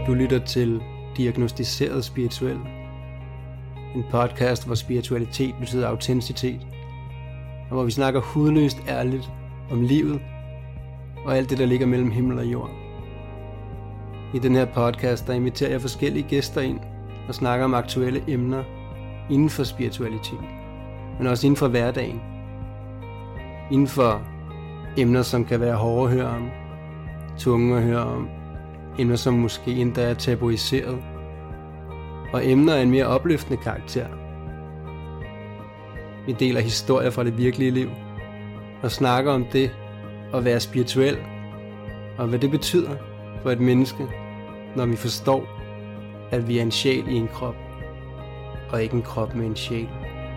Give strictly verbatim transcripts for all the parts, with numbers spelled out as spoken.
Du lytter til Diagnosticeret Spirituel. En podcast, hvor spiritualitet betyder autenticitet, og hvor vi snakker hudløst ærligt om livet og alt det, der ligger mellem himmel og jord. I den her podcast, der inviterer jeg forskellige gæster ind og snakker om aktuelle emner inden for spiritualitet, men også inden for hverdagen. Inden for emner, som kan være hårde at høre om, tunge at høre om, emner, som måske endda er tabuiseret, og emner af en mere opløftende karakter. Vi deler historier fra det virkelige liv, og snakker om det at være spirituel, og hvad det betyder for et menneske, når vi forstår, at vi er en sjæl i en krop, og ikke en krop med en sjæl.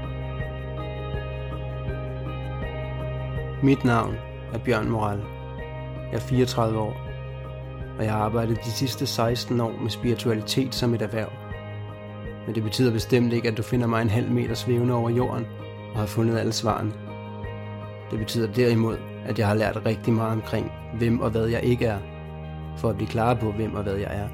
Mit navn er Bjørn Moral. Jeg er fireogtredive år, og jeg har arbejdet de sidste seksten år med spiritualitet som et erhverv. Men det betyder bestemt ikke, at du finder mig en halv meter svævende over jorden og har fundet alle svarene. Det betyder derimod, at jeg har lært rigtig meget omkring, hvem og hvad jeg ikke er, for at blive klar på, hvem og hvad jeg er.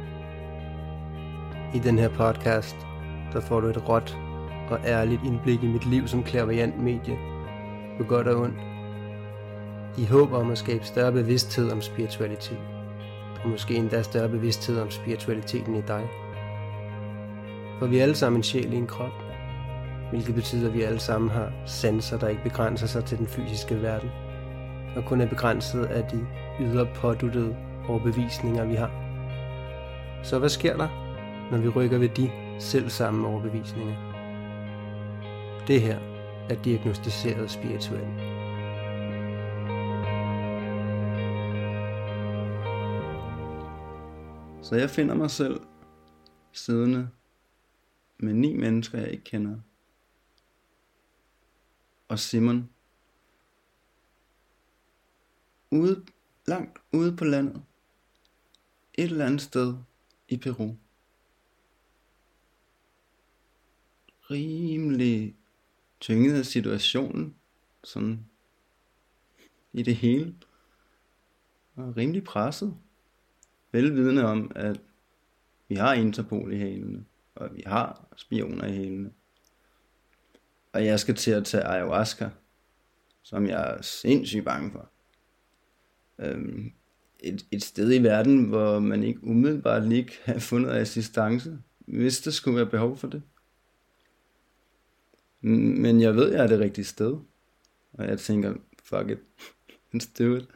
I den her podcast, der får du et råt og ærligt indblik i mit liv som clairvoyant medie, på godt og ondt, i håb om at skabe større bevidsthed om spiritualitet, og måske endda større bevidsthed om spiritualiteten i dig. For vi er alle sammen en sjæl i en krop, hvilket betyder, at vi alle sammen har sanser, der ikke begrænser sig til den fysiske verden, og kun er begrænset af de ydre påduttede overbevisninger, vi har. Så hvad sker der, når vi rykker ved de selv samme overbevisninger? Det her er diagnosticeret spirituelt. Så jeg finder mig selv siddende med ni mennesker, jeg ikke kender. Og Simon. Ude, langt ude på landet. Et eller andet sted i Peru. Rimelig tynget af situationen. Sådan i det hele. Og rimelig presset. Velvidende om, at vi har Interpol i hælene, og vi har spioner i hælene. Og jeg skal til at tage ayahuasca, som jeg er sindssygt bange for. Øhm, et, et sted i verden, hvor man ikke umiddelbart lige kan have fundet assistance, hvis der skulle være behov for det. Men jeg ved, at jeg er det rigtige sted. Og jeg tænker, fuck it, let's do it.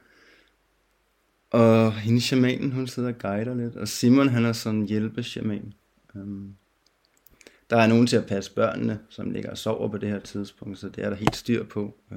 Og hende shamanen, hun sidder og guider lidt. Og Simon, han er sådan en hjælpeshaman. Um, der er nogen til at passe børnene, som ligger og sover på det her tidspunkt, så det er der helt styr på. Uh.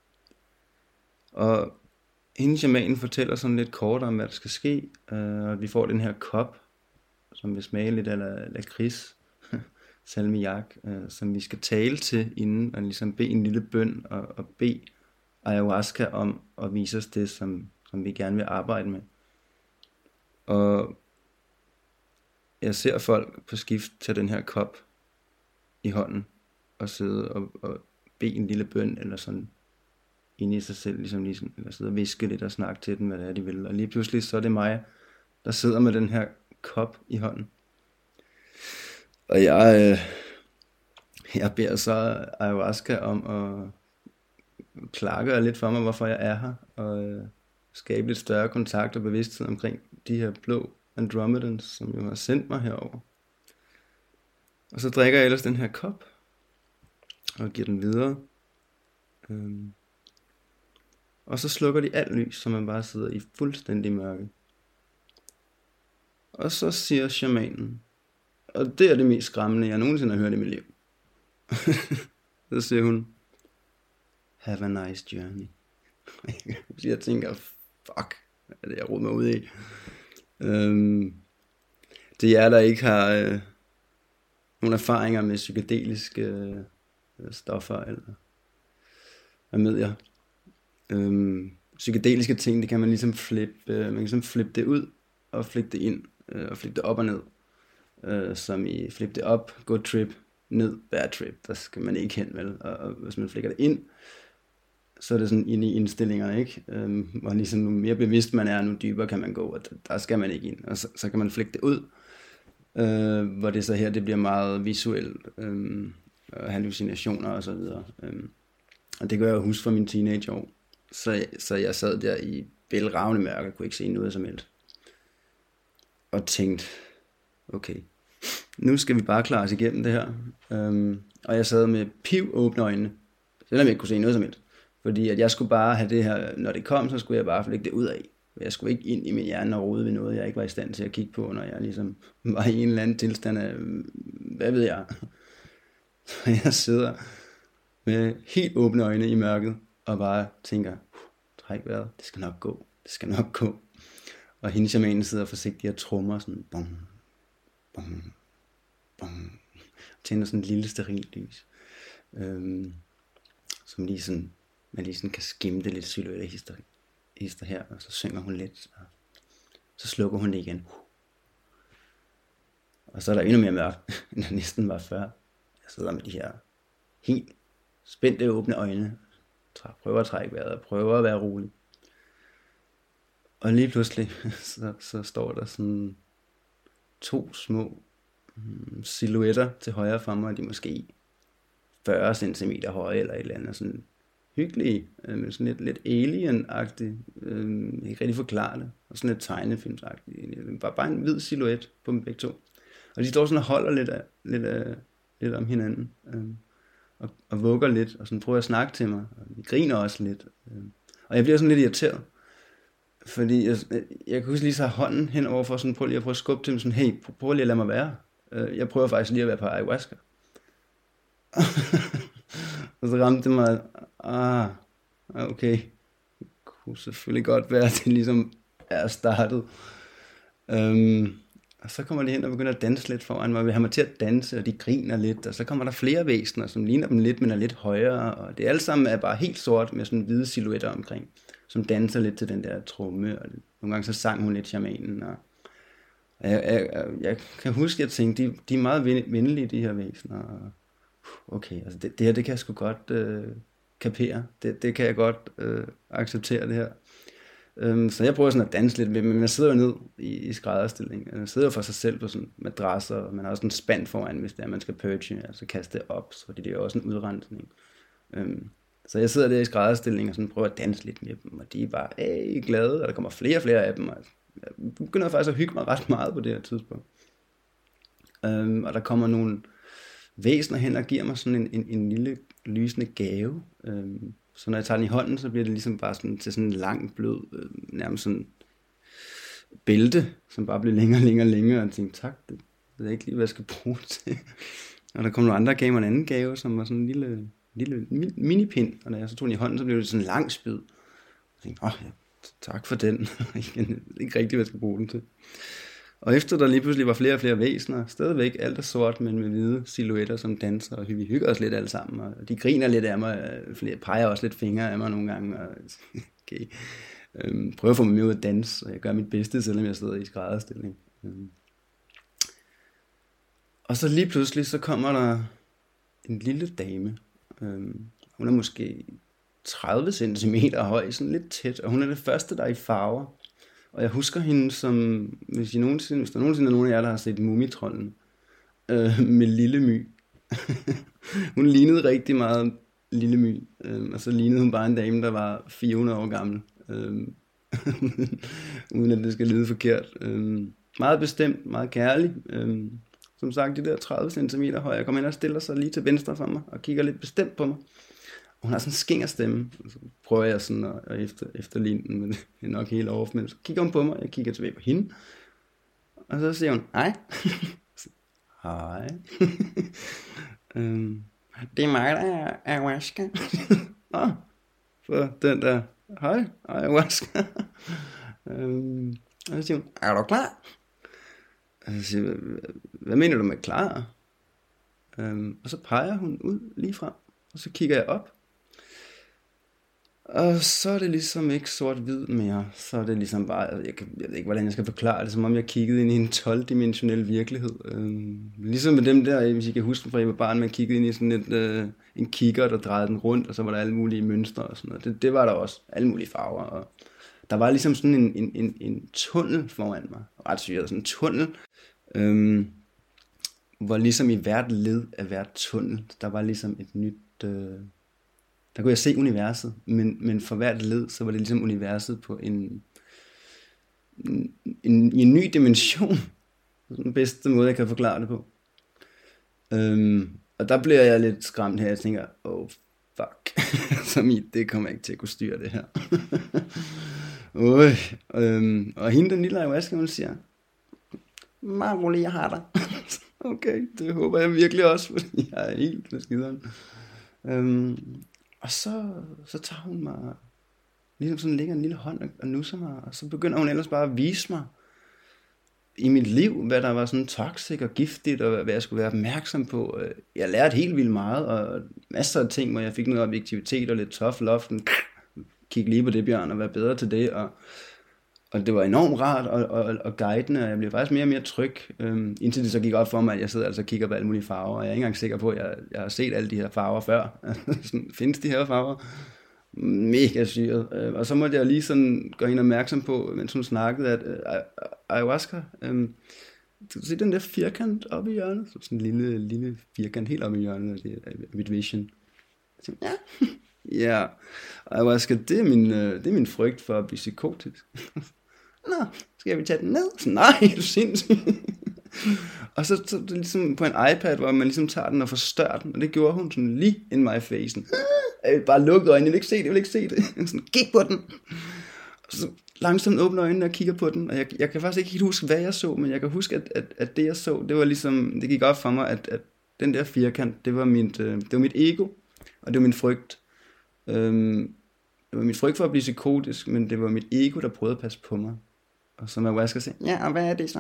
Og hende shamanen fortæller sådan lidt kort om, hvad der skal ske. Uh, vi får den her kop, som vil smage lidt af lakrids, salmiak, uh, som vi skal tale til inden, og ligesom bede en lille bøn, og, og bede ayahuasca om at vise os det, som som vi gerne vil arbejde med. Og jeg ser folk på skift tage den her kop i hånden, og sidde og, og bede en lille bøn, eller sådan inde i sig selv, ligesom, ligesom, eller sidde og viske lidt og snakke til dem, hvad det er, de vil. Og lige pludselig, så er det mig, der sidder med den her kop i hånden. Og jeg, øh, jeg beder så ayahuasca om at klargøre lidt for mig, hvorfor jeg er her, og øh, skabe lidt større kontakt og bevidsthed omkring de her blå Andromedans, som jo har sendt mig herover. Og så drikker jeg ellers den her kop, og giver den videre. Øhm. Og så slukker de alt lys, så man bare sidder i fuldstændig mørke. Og så siger shamanen, og det er det mest skræmmende, jeg nogensinde har hørt i mit liv. Så siger hun, have a nice journey. Så jeg tænker, fuck, hvad er det jeg roder mig ud i? Øhm, det er jer, der ikke har øh, nogle erfaringer med psykedeliske øh, stoffer, eller hvad med jeg? Øhm, psykedeliske ting, det kan man ligesom flippe, øh, man kan ligesom flippe det ud, og flippe det ind, øh, og flippe det op og ned. Øh, som i flippe det op, good trip, ned, bad trip, der skal man ikke hen, vel? Og, og hvis man flikker det ind, så er det sådan inde i indstillingerne, ikke? Øhm, hvor ligesom nu mere bevidst man er, nu dybere kan man gå, og der skal man ikke ind, og så, så kan man flække det ud, øh, hvor det så her, det bliver meget visuelt, øh, og hallucinationer og så videre, øh, og det gør jeg jo huske fra mine teenageår, så, så jeg sad der i bælragende mørke, kunne ikke se noget som helst, og tænkte, okay, nu skal vi bare klare os igennem det her, øh, og jeg sad med piv åbne øjnene, selvom jeg ikke kunne se noget som helst. Fordi at jeg skulle bare have det her, når det kom, så skulle jeg bare lægge det ud af. Jeg skulle ikke ind i min hjerne og rode ved noget, jeg ikke var i stand til at kigge på, når jeg ligesom var i en eller anden tilstand af, hvad ved jeg. Så jeg sidder med helt åbne øjne i mørket, og bare tænker, træk vejret, det skal nok gå, det skal nok gå. Og hende shamanen sidder forsigtigt og trummer sådan, bum, bum, bum, tænder sådan et lille sterilt lys. Øhm, som lige sådan, man lige sådan kan skimte lidt silhuetter hister, hister her, og så synger hun lidt, og så slukker hun det igen. Og så er der endnu mere mørkt, end der næsten var før. Jeg sidder med de her helt spændte åbne øjne, prøver at trække vejret, og prøver at være rolig. Og lige pludselig, så, så står der sådan to små mm, silhuetter til højre for mig, de måske fyrre centimeter høje, eller et eller andet sådan hyggelige, øh, men sådan lidt, lidt alien-agtigt, øh, jeg kan ikke rigtig forklare det, og sådan lidt tegnefilmsagtigt, bare, bare en hvid silhuet på dem begge to, og de står sådan og holder lidt, af, lidt, af, lidt om hinanden, øh, og, og vugger lidt, og sådan prøver at snakke til mig, og de griner også lidt, øh, og jeg bliver sådan lidt irriteret, fordi jeg, jeg kan huske lige så have hånden hen over for sådan, prøv lige at prøve at skubbe til dem, sådan, hey, prøv lige at lade mig være, øh, jeg prøver faktisk lige at være på ayahuasca. Og så ramte det mig, ah, okay, det kunne selvfølgelig godt være, at det ligesom er startet. Um, og så kommer de hen og begynder at danse lidt foran mig, vi har mig til at danse, og de griner lidt, og så kommer der flere væsener, som ligner dem lidt, men er lidt højere, og det alle sammen er bare helt sort, med sådan hvide silhuetter omkring, som danser lidt til den der tromme, og nogle gange så sang hun lidt shamanen, og jeg, jeg, jeg, jeg kan huske, at jeg tænkte, de, de er meget venlige, de her væsener, og okay, altså det, det her, det kan jeg sgu godt øh, kapere, det, det kan jeg godt øh, acceptere det her. Um, så jeg prøver sådan at danse lidt med, men man sidder jo ned i, i skrædderstilling, man sidder jo for sig selv på sådan madrasser, og man har også en spand foran, hvis det er, man skal purge, altså kaste det op, så det er jo også en udrensning. Um, så jeg sidder der i skrædderstilling og sådan prøver at danse lidt med dem, og de er bare hey, glade, og der kommer flere og flere af dem, og jeg begynder faktisk at hygge mig ret meget på det her tidspunkt. Um, og der kommer nogle væsener hen og giver mig sådan en, en, en lille lysende gave. Øhm, så når jeg tager den i hånden, så bliver det ligesom bare sådan, til sådan en lang, blød, øh, nærmest sådan bælte, som bare bliver længere og længere og længere, og jeg tænkte, tak, det ved jeg ikke lige, hvad jeg skal bruge til. Og der kom nogle andre, gav mig en anden gave, som var sådan en lille, lille minipind, og når jeg så tog den i hånden, så blev det sådan en lang spyd. Og jeg tænkte, åh, ja, tak for den. Jeg ved ikke rigtig, hvad jeg skal bruge den til. Og efter der lige pludselig var flere og flere væsener, stadigvæk alt er sort, men med hvide silhuetter, som danser, og vi hygger os lidt alle sammen, og de griner lidt af mig, flere peger også lidt fingre af mig nogle gange, og okay, øhm, prøver at få mig med ud at danse, og jeg gør mit bedste, selvom jeg sidder i skrædderstilling. Øhm. Og så lige pludselig, så kommer der en lille dame, øhm, hun er måske tredive centimeter høj, sådan lidt tæt, og hun er det første, der er i farver. Og jeg husker hende som, hvis, I nogensinde, hvis der nogensinde er nogen af jer, der har set Mumitrollen, øh, med Lille My. Hun lignede rigtig meget Lille My, øh, og så lignede hun bare en dame, der var fire hundrede år gammel. Øh, uden at det skal lyde forkert. Øh, meget bestemt, meget kærlig. Øh, som sagt, de der tredive centimeter høje. Jeg kommer ind og stiller sig lige til venstre for mig, og kigger lidt bestemt på mig. Hun har sådan en skingerstemme, og så prøver jeg sådan at, at efter, efterligne den, men det er nok helt off, men så kigger hun på mig, jeg kigger tilbage på hende, og så siger hun, hej, hej, øhm, det er mig, der er ayahuasca, ah, for den der, hej, ayahuasca, øhm, og så siger hun, er du klar? Og så siger jeg, hvad mener du med klar? Øhm, og så peger hun ud lige frem, og så kigger jeg op, Og så er det ligesom ikke sort-hvid mere. Så er det ligesom bare, jeg, kan, jeg ved ikke, hvordan jeg skal forklare det, som om jeg kiggede ind i en tolv-dimensionel virkelighed. Øhm, ligesom med dem der, hvis I kan huske fra jeg var barn, man kiggede ind i sådan et, øh, en kigger, der drejede den rundt, og så var der alle mulige mønstre og sådan noget. Det, det var der også, alle mulige farver. Og der var ligesom sådan en, en, en, en tunnel foran mig, ret syret, sådan en tunnel, øhm, hvor ligesom i hvert led af hvert tunnel, der var ligesom et nyt... Øh, Der kunne jeg se universet, men, men for hvert led, så var det ligesom universet på en, en, en, en ny dimension. Det er den bedste måde, jeg kan forklare det på. Øhm, og der bliver jeg lidt skræmt her. Jeg tænker, oh fuck, som i, det kommer jeg ikke til at kunne styre det her. Øj, øhm, og hende, den lille ayahuasca, hun siger, meget rolig, jeg har dig. Okay, det håber jeg virkelig også, fordi jeg er helt med skideren. Øhm, Og så, så tager hun mig, ligesom sådan ligger en lille hånd og nusser mig, og så begynder hun ellers bare at vise mig i mit liv, hvad der var sådan toxic og giftigt, og hvad jeg skulle være opmærksom på. Jeg lærte helt vildt meget, og masser af ting, hvor jeg fik noget objektivitet og lidt tough love, kigge lige på det, Bjørn, og være bedre til det, og, og det var enormt rart og, og, og guidende, og jeg blev faktisk mere og mere tryg, øhm, indtil det så gik op for mig, at jeg sidder altså og kigger på alle mulige farver, og jeg er ikke engang sikker på, at jeg, jeg har set alle de her farver før. Findes de her farver? Mega syret. Øh, og så måtte jeg lige sådan gøre hende opmærksom på, mens hun snakkede, at øh, ayahuasca, øh, du se den der firkant oppe i hjørnet? Så sådan en lille, lille firkant helt oppe i hjørnet af mit vision. Jeg tænkte, ja, ja, ayahuasca, det er min, øh, det er min frygt for at blive psykotisk. Nå, skal vi tage den ned? Så, nej, du er sindssygt. Og så, så det er ligesom på en iPad, hvor man ligesom tager den og forstørrer den, og det gjorde hun sådan lige in my face. Jeg bare lukkede øjnene, jeg vil ikke se det, jeg vil ikke se det. Sådan, kig på den. Og så langsomt åbner øjnene og kigger på den, og jeg, jeg kan faktisk ikke helt huske, hvad jeg så, men jeg kan huske, at, at, at det jeg så, det var ligesom, det gik op for mig, at, at den der firkant, det var, mit, det var mit ego, og det var min frygt. Øhm, det var min frygt for at blive psykotisk, men det var mit ego, der prøvede at passe på mig. Og så når jeg skal sige, ja, og hvad er det så?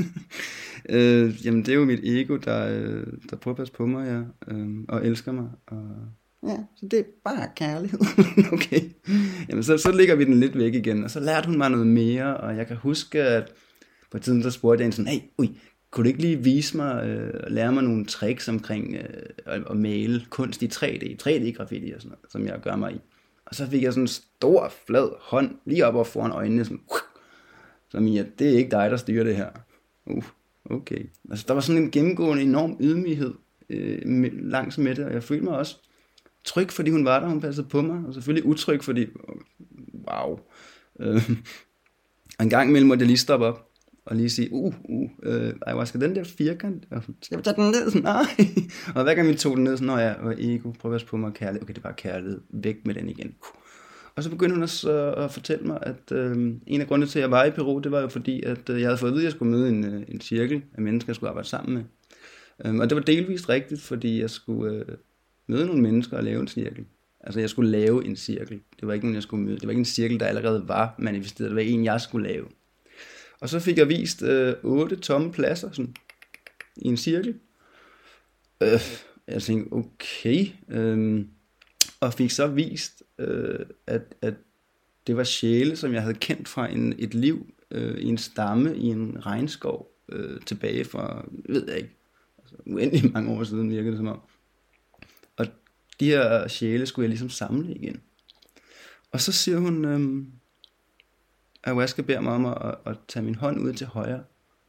øh, jamen, det er jo mit ego, der, der prøver at passe på mig, ja, øh, og elsker mig. Og ja, så det er bare kærlighed. Okay. Jamen, så, så ligger vi den lidt væk igen, og så lærte hun mig noget mere, og jeg kan huske, at på et tidspunkt, så spurgte jeg en sådan, hey, ui, kunne du ikke lige vise mig, øh, og lære mig nogle tricks omkring øh, at, at male kunst i tre D, tre D-graffiti og sådan noget, som jeg gør mig i. Og så fik jeg sådan en stor, flad hånd lige op og foran øjnene, sådan, som i, at det er ikke dig, der styrer det her. Uh, okay. Altså, der var sådan en gennemgående enorm ydmyghed øh, med, langs med det, og jeg følte mig også tryg, fordi hun var der, hun passede på mig, og selvfølgelig utryg, fordi, wow. Øh, en gang imellem måtte jeg lige stoppe op, og lige sige, uh, uh, øh, ayahuasca, den der firkant, skal vi tage den ned? Sådan, nej. Og hver gang vi tog den ned, sådan, nå ja, og ego, prøv at passe på mig, kærlighed, okay, det er bare kærlighed, væk med den igen. Og så begyndte hun også at fortælle mig, at øh, en af grundene til, at jeg var i Peru, det var jo fordi, at øh, jeg havde fået at vide, at jeg skulle møde en, øh, en cirkel af mennesker, jeg skulle arbejde sammen med. Um, og det var delvist rigtigt, fordi jeg skulle øh, møde nogle mennesker og lave en cirkel. Altså jeg skulle lave en cirkel. Det var ikke nogen, jeg skulle møde. Det var ikke en cirkel, der allerede var manifesteret. Det var en, jeg skulle lave. Og så fik jeg vist øh, otte tomme pladser sådan, i en cirkel. Øh, jeg tænkte, okay. Øh, og fik så vist, øh, at, at det var sjæle, som jeg havde kendt fra en, et liv øh, i en stamme i en regnskov øh, tilbage fra, ved jeg ikke, altså, uendelig mange år siden virkede det som om. Og de her sjæle skulle jeg ligesom samle igen. Og så siger hun, øh, ayahuasca beder mig om at, at tage min hånd ud til højre.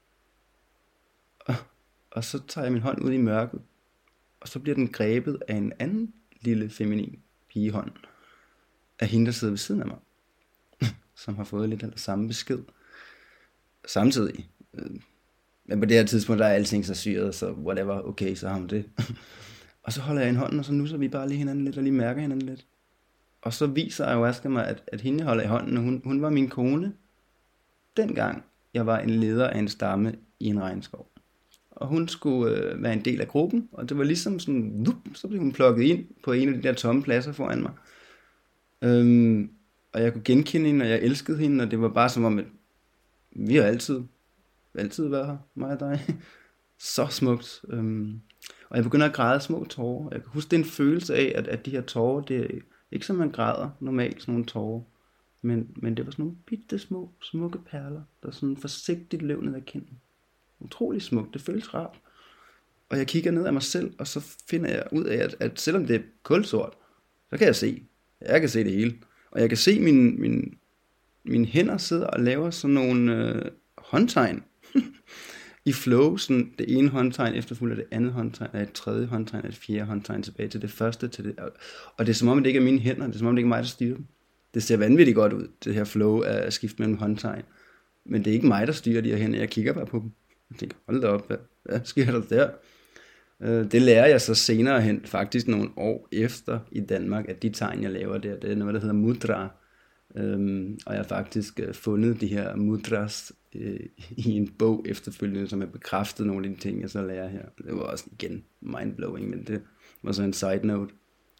Og, og så tager jeg min hånd ud i mørket. Og så bliver den grebet af en anden lille feminin pigehånd. Af hende, der sidder ved siden af mig. Som har fået lidt af samme besked. Samtidig. Men på det her tidspunkt, der er alting så syret, så whatever, okay, så har hun det. Og så holder jeg en hånden, og så nusser vi bare lige hinanden lidt, og lige mærker hinanden lidt. Og så viser ayahuasca mig, at, at hende, jeg holder i hånden, hun, hun var min kone, dengang jeg var en leder af en stamme i en regnskov. Og hun skulle øh, være en del af gruppen, og det var ligesom sådan, vup, så blev hun plukket ind på en af de der tomme pladser foran mig. Øhm, og jeg kunne genkende hende, og jeg elskede hende, og det var bare som om, at vi har altid, altid været her, mig og dig. Så smukt. Øhm, og jeg begynder at græde små tårer. Jeg kan huske, det er en følelse af, at, at de her tårer, det, Ikke som man græder normalt, sådan nogle tårer, men, men det var sådan nogle bitte små, smukke perler, der sådan forsigtigt løb ned ad kinden. Utrolig smukt, det føles rart. Og jeg kigger ned af mig selv, og så finder jeg ud af, at, at selvom det er kulsort, så kan jeg se. Jeg kan se det hele. Og jeg kan se mine, mine, mine hænder sidder og laver sådan nogle øh, håndtegn. I flow, sådan det ene håndtegn efterfulgt af det andet håndtegn, af et tredje håndtegn, af et fjerde håndtegn tilbage til det første. Til det. Og det er som om, det ikke er mine hænder, det er som om, det ikke er mig, der styrer dem. Det ser vanvittigt godt ud, det her flow af skift mellem håndtegn. Men det er ikke mig, der styrer de her hænder, jeg kigger bare på dem. Jeg tænker, hold da op, hvad, hvad sker der der? Det lærer jeg så senere hen, faktisk nogle år efter i Danmark, at de tegn, jeg laver der, det er noget, der hedder mudra. Um, og jeg har faktisk uh, fundet de her mudras uh, i en bog efterfølgende, som har bekræftet nogle af de ting, jeg så lærer her. Det var også igen mindblowing, men det var så en side note.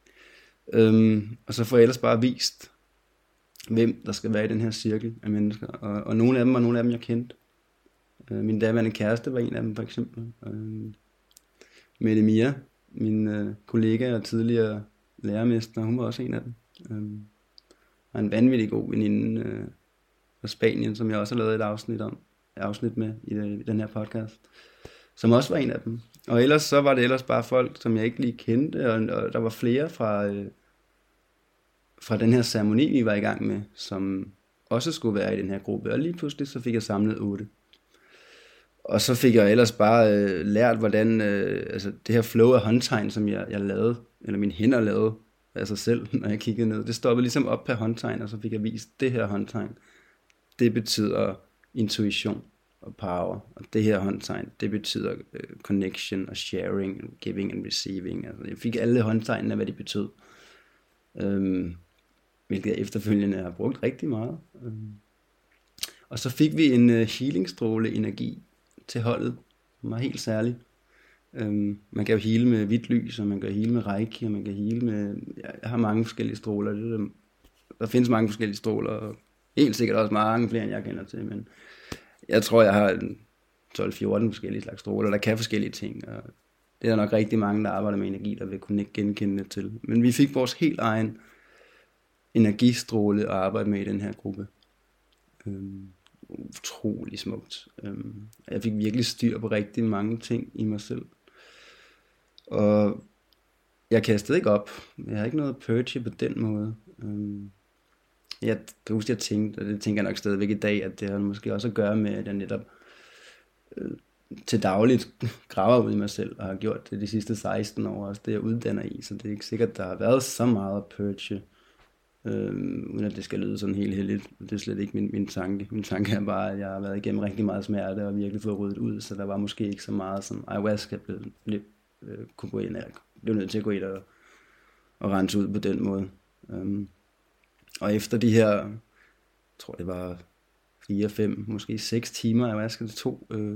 Um, og så får jeg ellers bare vist, hvem der skal være i den her cirkel af mennesker. Og, og nogle af dem var nogle af dem, jeg kendte. Uh, min daværende kæreste var en af dem, for eksempel. Uh, Mette Mia, min uh, kollega og tidligere lærermester, hun var også en af dem. Um, og en vanvittig god veninde øh, fra Spanien, som jeg også har lavet et afsnit om, et afsnit med i, det, i den her podcast, som også var en af dem. Og ellers så var det ellers bare folk, som jeg ikke lige kendte, og, og der var flere fra, øh, fra den her ceremoni, vi var i gang med, som også skulle være i den her gruppe, og lige pludselig så fik jeg samlet otte. Og så fik jeg ellers bare øh, lært, hvordan øh, altså det her flow af håndtegn, som jeg, jeg lavede, eller mine hænder lavede, af sig selv, når jeg kiggede ned. Det stoppede ligesom op per håndtegn, og så fik jeg vist, det her håndtegn, det betyder intuition og power, og det her håndtegn, det betyder uh, connection og sharing, and giving and receiving. Altså, jeg fik alle håndtegnene, hvad de betød, um, hvilket jeg efterfølgende har brugt rigtig meget. Um, og så fik vi en uh, healingstråle energi til holdet, som var helt særlig. Um, man kan jo heale med hvidt lys, og man kan heale med reiki, og man kan heale med, jeg har mange forskellige stråler, det der, der findes mange forskellige stråler, og helt sikkert også mange flere, end jeg kender til, men jeg tror, jeg har tolv fjorten forskellige slags stråler, der kan forskellige ting, og det er der nok rigtig mange, der arbejder med energi, der vil kunne ikke genkende det til, men vi fik vores helt egen energistråle at arbejde med i den her gruppe. Um, utrolig smukt. Um, jeg fik virkelig styr på rigtig mange ting i mig selv. Og jeg kastede ikke op. Jeg havde ikke noget purge på den måde. Um, jeg kan huske, jeg tænkte, og det tænker jeg nok stadigvæk i dag, at det har måske også at gøre med, at jeg netop øh, til dagligt graver ud i mig selv, og har gjort det de sidste seksten år, også det jeg uddanner i, så det er ikke sikkert, der har været så meget purge, øh, uden at det skal lyde sådan helt heldigt. Det er slet ikke min, min tanke. Min tanke er bare, at jeg har været igennem rigtig meget smerte, og virkelig fået ryddet ud, så der var måske ikke så meget, som ayahuasca blev, blev, øh, kunne gå ind, eller blev nødt til at gå ind og, og rense ud på den måde. Um, og efter de her, jeg tror det var fire, fem, måske seks timer, ayahuasca det tog, øh,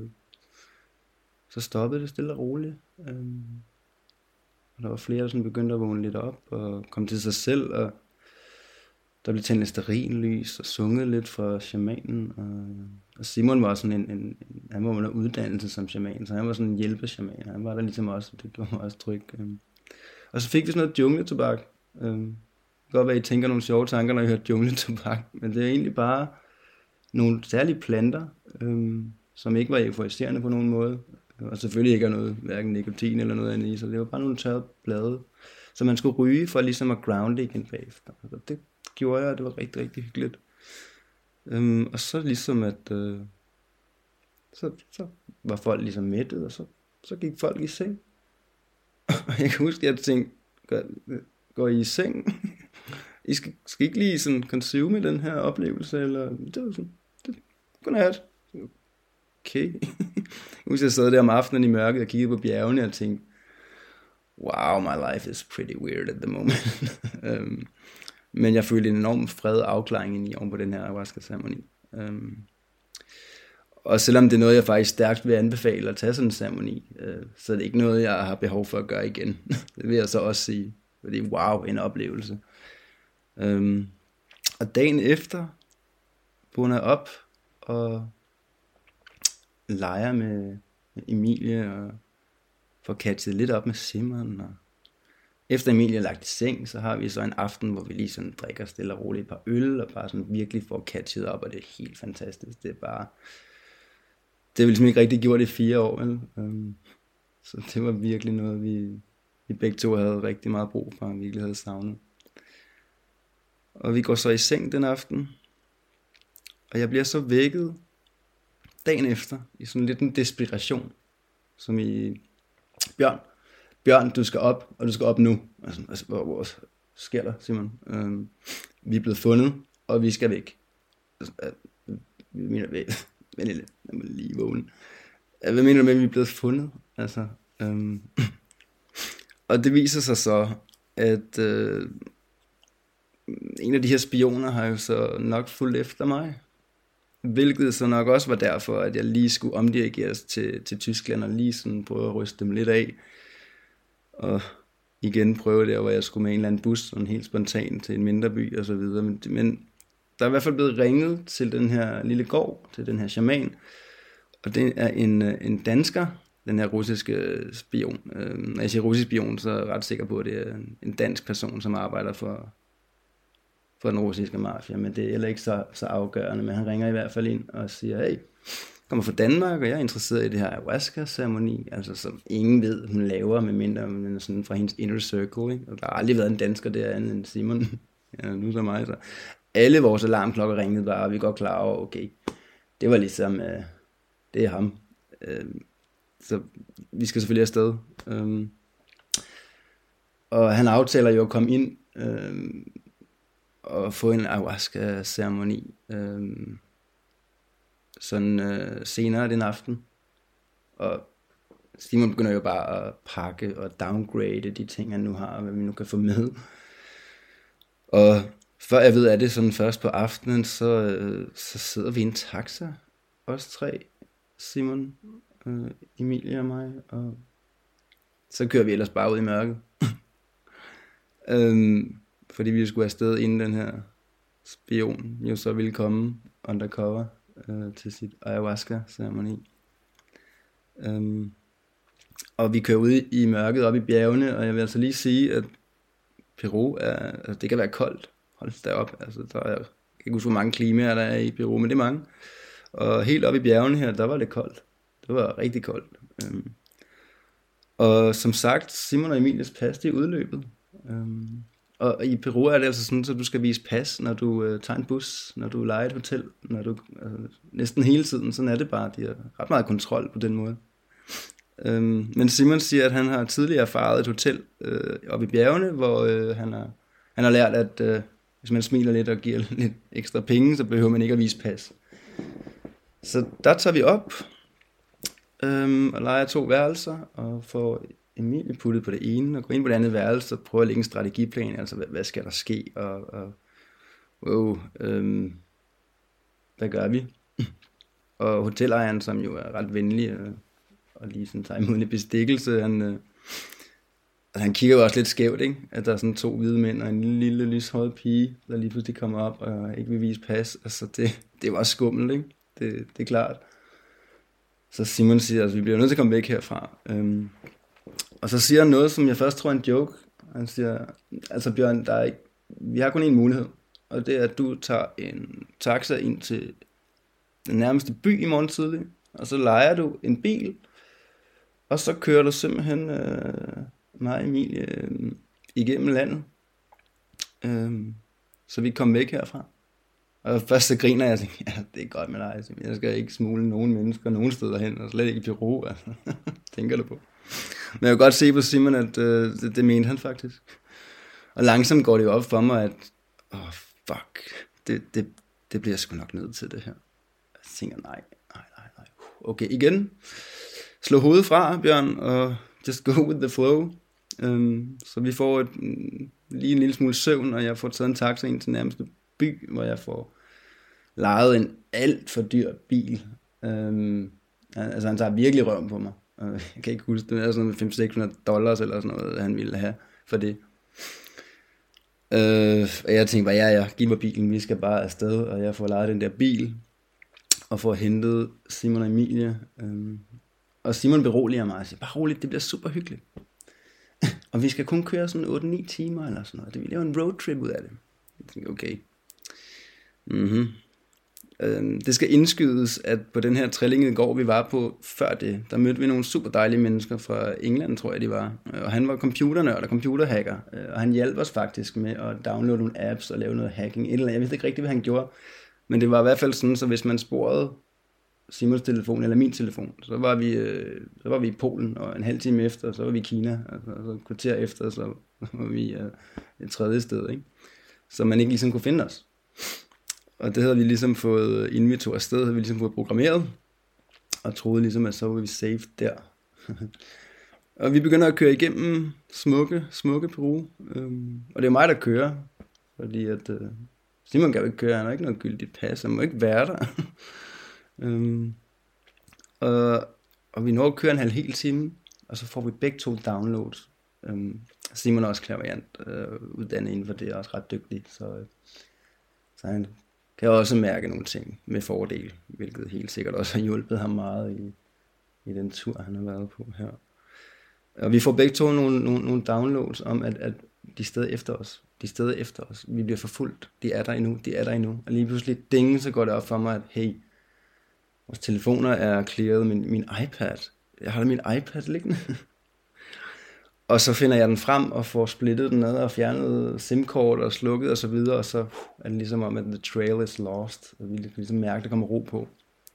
så stoppede det stille og roligt. Um, og der var flere, der sådan begyndte at vågne lidt op og komme til sig selv, og der blev tændt stearinlys og sunget lidt fra shamanen, og, og Simon var sådan en, en, en han var under uddannelse som shaman, så han var sådan en hjælpeshaman, han var der ligesom også, og det gjorde mig også tryg. Um, og så fik vi sådan noget jungletobak. Um, det kan godt være, at I tænker nogle sjove tanker, når I hører jungletobak, men det er egentlig bare nogle særlige planter, um, som ikke var euforiserende på nogen måde, og selvfølgelig ikke er noget, hverken nikotin eller noget andet i, så det var bare nogle tørre blade, så man skulle ryge for ligesom at grounde igen bagefter. Og det gjorde jeg, og det var rigtig, rigtig hyggeligt. Um, og så ligesom at, uh, så, så var folk ligesom mættet, og så, så gik folk i seng. Og jeg kan huske, at jeg tænkte, går, går I i seng? I skal, skal ikke lige sådan consume den her oplevelse, eller det var sådan, det, godnat. Okay. Jeg husker, jeg sad der om aftenen i mørket og kiggede på bjergene og tænkte, wow, my life is pretty weird at the moment. um, men jeg følte en enorm fred og afklaring i oven på den her ayahuasca-ceremoni. Um, og selvom det er noget, jeg faktisk stærkt vil anbefale at tage sådan en ceremoni, uh, så er det ikke noget, jeg har behov for at gøre igen. Det vil jeg så også sige. Fordi wow, en oplevelse. Um, og dagen efter vågner jeg op og leger med Emilie og får catchet lidt op med Simon og efter Emilie er lagt i seng, så har vi så en aften, hvor vi lige sådan drikker stille og roligt et par øl, og bare sådan virkelig får catchet op, og det er helt fantastisk. Det er bare, det har vi ligesom ikke rigtig gjort i fire år, vel? Um, så det var virkelig noget, vi, vi begge to havde rigtig meget brug for, og virkelig havde savnet. Og vi går så i seng den aften, og jeg bliver så vækket dagen efter, i sådan lidt en desperation, som i, Bjørn, Bjørn, du skal op, og du skal op nu. Altså, altså hvor, hvor sker der, Simon? Øhm, vi er blevet fundet, og vi skal væk. Altså, øh, vi mener, væk. Vent lidt, jeg må lige vågne. Hvad mener du med, at vi er blevet fundet? Altså, øhm, og det viser sig så, at øh, en af de her spioner har jo så nok fulgt efter mig. Hvilket så nok også var derfor, at jeg lige skulle omdirigeres til, til Tyskland, og lige sådan prøve at ryste dem lidt af. Og igen prøve der, hvor jeg skulle med en eller anden bus, sådan helt spontant til en mindre by og så videre. Men, men der er i hvert fald blevet ringet til den her lille gård, til den her shaman. Og det er en, en dansker, den her russiske spion. Når jeg siger russisk spion, så er jeg ret sikker på, at det er en dansk person, som arbejder for, for den russiske mafia. Men det er heller ikke så, så afgørende. Men han ringer i hvert fald ind og siger, hey, kommer fra Danmark, og jeg er interesseret i det her ayahuasca-ceremoni, altså som ingen ved, hun laver, medmindre hun er sådan fra hendes inner circle, ikke? Og der har aldrig været en dansker der, end Simon, ja, nu så mig, så alle vores alarmklokker ringede bare, og vi er godt klar over, okay, det var ligesom, øh, det er ham, øh, så vi skal selvfølgelig afsted, øh, og han aftaler jo at komme ind, øh, og få en ayahuasca-ceremoni, øh, sådan øh, senere den aften. Og Simon begynder jo bare at pakke og downgrade de ting, han nu har, og hvad vi nu kan få med. Og før jeg ved af det, sådan først på aftenen, så, øh, så sidder vi i en taxa, os tre, Simon, øh, Emilie og mig, og så kører vi ellers bare ud i mørket. øhm, fordi vi skulle afsted, inden den her spion jo så ville komme undercover til sit ayahuasca-ceremoni. Um, og vi kører ud i mørket op i bjergene, og jeg vil altså lige sige, at Peru er, altså det kan være koldt. Hold da op, altså der er, jeg kan ikke huske, hvor mange klimaer der er i Peru, men det er mange. Og helt op i bjergene her, der var det koldt. Det var rigtig koldt. Um, og som sagt, Simon og Emilies pas, det er udløbet. Um, Og i Peru er det altså sådan, så du skal vise pas, når du øh, tager en bus, når du lejer et hotel, når du, altså, næsten hele tiden, sådan er det bare. De har ret meget kontrol på den måde. Øhm, men Simon siger, at han har tidligere erfaret et hotel øh, oppe i bjergene, hvor øh, han, har, han har lært, at øh, hvis man smiler lidt og giver lidt ekstra penge, så behøver man ikke at vise pas. Så der tager vi op øh, og lejer to værelser og får Emilie puttet på det ene, og går ind på det andet værelse, og prøver at lægge en strategiplan, altså hvad, hvad skal der ske, og, og wow, øhm, hvad gør vi? Og hotelejeren, som jo er ret venlig, og, og lige sådan tager imod en bestikkelse, han, øh, han kigger jo også lidt skævt, ikke? At der er sådan to hvide mænd, og en lille, lille lyshåret pige, der lige pludselig kommer op, og ikke vil vise pas, altså det, det var skummelt, ikke? Det, det er klart. Så Simon siger, altså vi bliver nødt til at komme væk herfra, øhm, og så siger han noget, som jeg først tror er en joke. Han siger, altså Bjørn, der er ikke, vi har kun en mulighed, og det er, at du tager en taxa ind til den nærmeste by i morgen tidlig, og så lejer du en bil, og så kører du simpelthen øh, mig og Emilie øh, igennem landet, øh, så vi kommer væk herfra. Og først så griner jeg og tænker, ja, det er godt med dig, jeg skal ikke smule nogen mennesker nogen steder hen, og slet ikke i Peru, altså. Tænker du på. Men jeg kan godt se på Simon, at øh, det, det mente han faktisk. Og langsomt går det jo op for mig, at åh, oh, fuck, det, det, det bliver sgu nok nødt til det her. Jeg tænker, nej, nej, nej, nej. Okay, igen. Slå hovedet fra, Bjørn, og just go with the flow. Um, så vi får et, lige en lille smule søvn, og jeg får taget en taxa ind til nærmeste by, hvor jeg får lejet en alt for dyr bil. Um, altså han tager virkelig røven på mig. Jeg kan ikke huske, det er sådan noget med fem til seks hundrede dollars eller sådan noget, han ville have for det. Øh, og jeg tænkte bare, ja, ja, giv mig bilen, vi skal bare afsted, og jeg får lejet den der bil, og får hentet Simon og Emilie. Øh, og Simon beroliger mig og siger, bare roligt, det bliver super hyggeligt. Og vi skal kun køre sådan otte ni timer eller sådan noget. Det vi laver en roadtrip ud af det. Jeg tænker, okay. Mhm. Øhm, det skal indskydes, at på den her Trillingegård, vi var på før det, der mødte vi nogle super dejlige mennesker fra England, tror jeg de var. Og han var computernørd og computerhacker. Og han hjalp os faktisk med at downloade nogle apps og lave noget hacking. Et eller andet. Jeg vidste ikke rigtigt, hvad han gjorde. Men det var i hvert fald sådan, så hvis man sporede Simons telefon eller min telefon, så var vi, øh, så var vi i Polen, og en halv time efter, så var vi i Kina, altså, og så et kvarter efter, så var vi øh, et tredje sted, ikke? Så man ikke ligesom kunne finde os. Og det havde vi ligesom fået, inden vi tog afsted, havde vi ligesom fået programmeret, og troede ligesom, at så var vi safe der. Og vi begynder at køre igennem smukke, smukke Peru, øhm, og det er mig, der kører, fordi at øh, Simon kan jo ikke køre, han har ikke noget gyldigt pas, han må ikke være der. øhm, og, og vi når at køre en halv hel time, og så får vi begge to downloads. Øhm, Simon er også klaverjant, øh, uddannet inden for det, er også ret dygtig, så, øh, så han kan også mærke nogle ting med fordel, hvilket helt sikkert også har hjulpet ham meget i, i den tur, han har været på her. Og vi får begge to nogle, nogle, nogle downloads om, at, at de steder efter os, de steder efter os, vi bliver forfulgt, de er der endnu, de er der endnu. Og lige pludselig, ding, så går det op for mig, at hey, vores telefoner er clearet, men min iPad, jeg har da min iPad liggende. Og så finder jeg den frem og får splittet den ad og fjernet SIM-kort og slukket og så videre, og så uh, er det ligesom om, at the trail is lost, og vi kan ligesom mærke, at der kommer ro på.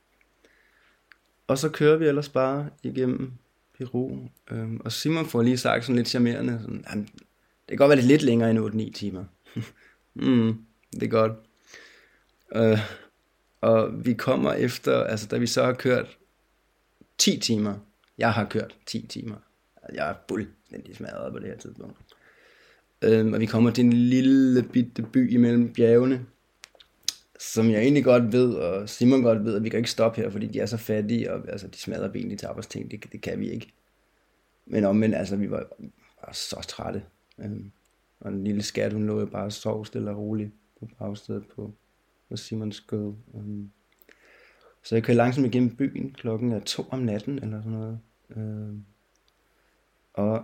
Og så kører vi ellers bare igennem Peru, øhm, og Simon får lige sagt sådan lidt charmerende, sådan, jamen, det kan godt være lidt længere end otte ni timer. mm, det er godt. Øh, og vi kommer efter, altså da vi så har kørt ti timer, jeg har kørt ti timer, jeg er fuldstændig smadret på det her tidspunkt. Øhm, og vi kommer til en lille bitte by imellem bjergene, som jeg egentlig godt ved, og Simon godt ved, at vi kan ikke stoppe her, fordi de er så fattige, og altså, de smadrer benene til arbejdsting, det, det kan vi ikke. Men omvendt, altså, vi var, var så trætte. Øhm, og en lille skat, hun lå jo bare og sov stille og roligt på bagstedet på, på Simons skød. Øhm, så jeg kører langsomt igennem byen, klokken er to om natten, eller sådan noget. Øhm, og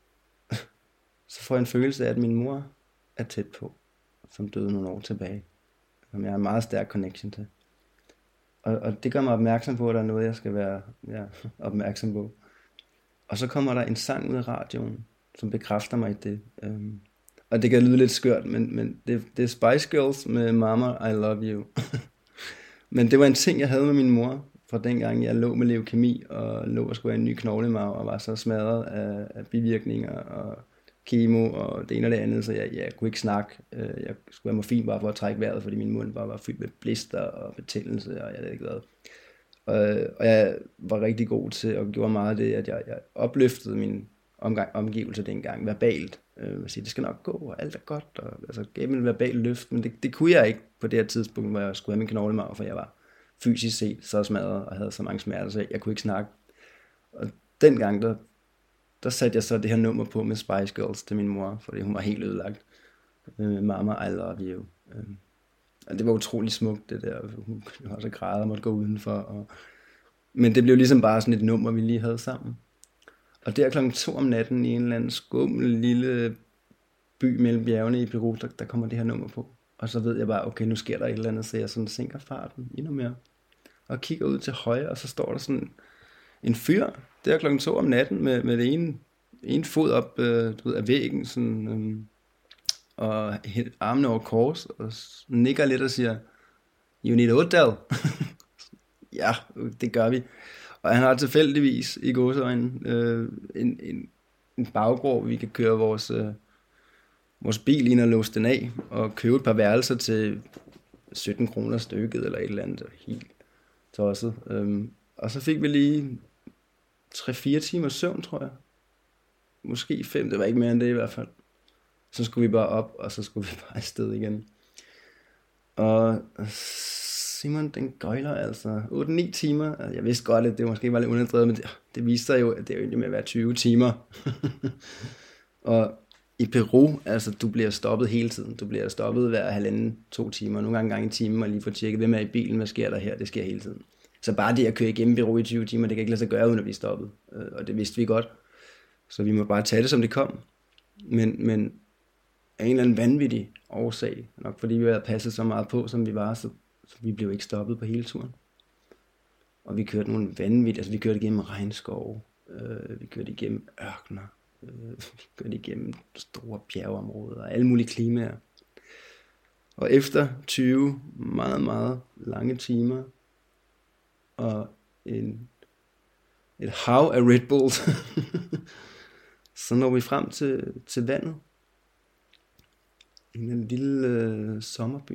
så får jeg en følelse af, at min mor er tæt på, som døde nogle år tilbage, som jeg har en meget stærk connection til. Og, og det gør mig opmærksom på, at der er noget, jeg skal være ja, opmærksom på. Og så kommer der en sang ud af radioen, som bekræfter mig i det. Um, og det kan lyde lidt skørt, men, men det, det er Spice Girls med Mama, I Love You. Men det var en ting, jeg havde med min mor, fra dengang jeg lå med leukemi, og lå og skulle have en ny knoglemarv, og var så smadret af, af bivirkninger, og kemo, og det ene og det andet, så jeg, jeg kunne ikke snakke. Jeg skulle have morfin bare for at trække vejret, fordi min mund bare var fyldt med blister og betændelse, og jeg ved ikke hvad. Og, og jeg var rigtig god til, og gjorde meget af det, at jeg, jeg opløftede min omgang, omgivelse dengang verbalt. Øh, sige, det skal nok gå, og alt er godt, og altså gav mig en verbal løft, men det, det kunne jeg ikke på det her tidspunkt, hvor jeg skulle have min knoglemarv, for jeg var fysisk set så smadret, og havde så mange smerter, så jeg kunne ikke snakke. Og dengang, der der satte jeg så det her nummer på med Spice Girls til min mor, fordi hun var helt ødelagt. Øh, Mama, I love you. Øh, og det var utrolig smukt, det der. Hun var så græd og måtte gå udenfor. Og... Men det blev ligesom bare sådan et nummer, vi lige havde sammen. Og der klokken to om natten i en eller anden skummel lille by mellem bjergene i Peru, der, der kommer det her nummer på. Og så ved jeg bare, okay, nu sker der et eller andet, så jeg sådan sænker farten endnu mere. Og kigger ud til højre, og så står der sådan en fyr, der klokken to om natten, med, med det ene, ene fod op øh, du ved, af væggen, sådan, øh, og armene over kors, og nikker lidt og siger, you need a hotel. Ja, det gør vi. Og han har tilfældigvis i gåseøjne øh, en, en, en baggård, vi kan køre vores, øh, vores bil ind og låse den af, og købe et par værelser til sytten kroner stykket, eller et eller andet, helt tosset. Øh, og så fik vi lige tre fire timer søvn, tror jeg. Måske fem, det var ikke mere end det i hvert fald. Så skulle vi bare op, og så skulle vi bare afsted igen. Og Simon, den gøjler altså otte ni timer. Jeg vidste godt, at det måske var lidt underdrevet, men det, det viste sig jo, at det er jo egentlig med at være tyve timer. Og i Peru, altså du bliver stoppet hele tiden. Du bliver stoppet hver halvanden, to timer, nogle gange en gang i timen, og lige få tjekket, hvem er i bilen, hvad sker der her, det sker hele tiden. Så bare det at køre igennem Peru i tyve timer, det kan ikke lade sig gøre, uden at blive stoppet. Og det vidste vi godt. Så vi må bare tage det, som det kom. Men, men af en eller anden vanvittig årsag, nok fordi vi havde passet så meget på, som vi var, så, så vi blev ikke stoppet på hele turen. Og vi kørte nogle vanvittige, altså vi kørte igennem regnskov, øh, vi kørte igennem ørkener, øh, vi kørte igennem store bjergeområder og alle mulige klimaer. Og efter tyve meget, meget lange timer og en, et hav af Red Bull, så når vi frem til, til vandet. En lille øh, sommerby.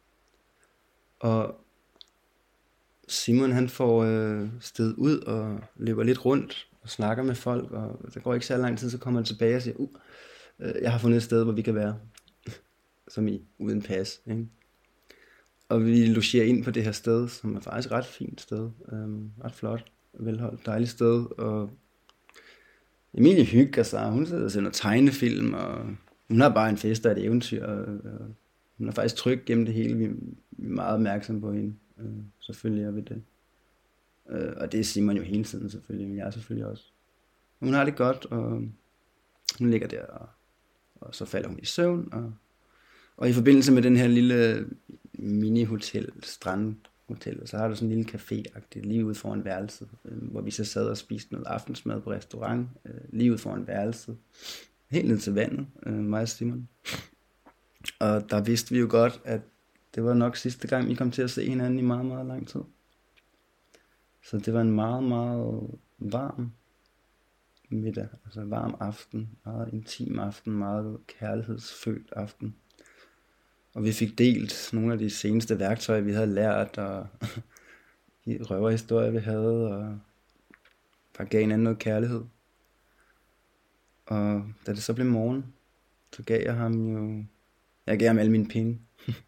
Og Simon han får øh, sted ud og løber lidt rundt og snakker med folk. Og der går ikke så lang tid, så kommer han tilbage og siger, uh, øh, jeg har fundet et sted, hvor vi kan være. Som i uden pas. Ikke? Og vi logerer ind på det her sted, som er faktisk et ret fint sted. Øhm, ret flot, velholdt, dejligt sted. Og Emilie hygger sig. Hun sidder og ser noget tegnefilm, og hun har bare en fest og et eventyr. Og, og hun er faktisk tryg gennem det hele. Vi, vi er meget opmærksomme på hende. Øh, selvfølgelig er vi det. Øh, og det er Simon jo hele tiden selvfølgelig, men jeg selvfølgelig også. Hun har det godt, og hun ligger der, og, og så falder hun i søvn, og Og i forbindelse med den her lille mini-hotel, strandhotel, så har du sådan en lille café-agtigt lige ude foran værelset, øh, hvor vi så sad og spiste noget aftensmad på restaurant, øh, lige ude foran værelset, helt ned til vandet, øh, mig og Simon. Og der vidste vi jo godt, at det var nok sidste gang, vi kom til at se hinanden i meget, meget lang tid. Så det var en meget, meget varm middag, altså varm aften, meget intim aften, meget kærlighedsfølt aften. Og vi fik delt nogle af de seneste værktøjer, vi havde lært, og de røverhistorier, vi havde, og bare gav hinanden noget kærlighed. Og da det så blev morgen, så gav jeg ham jo, jeg gav ham alle mine penge.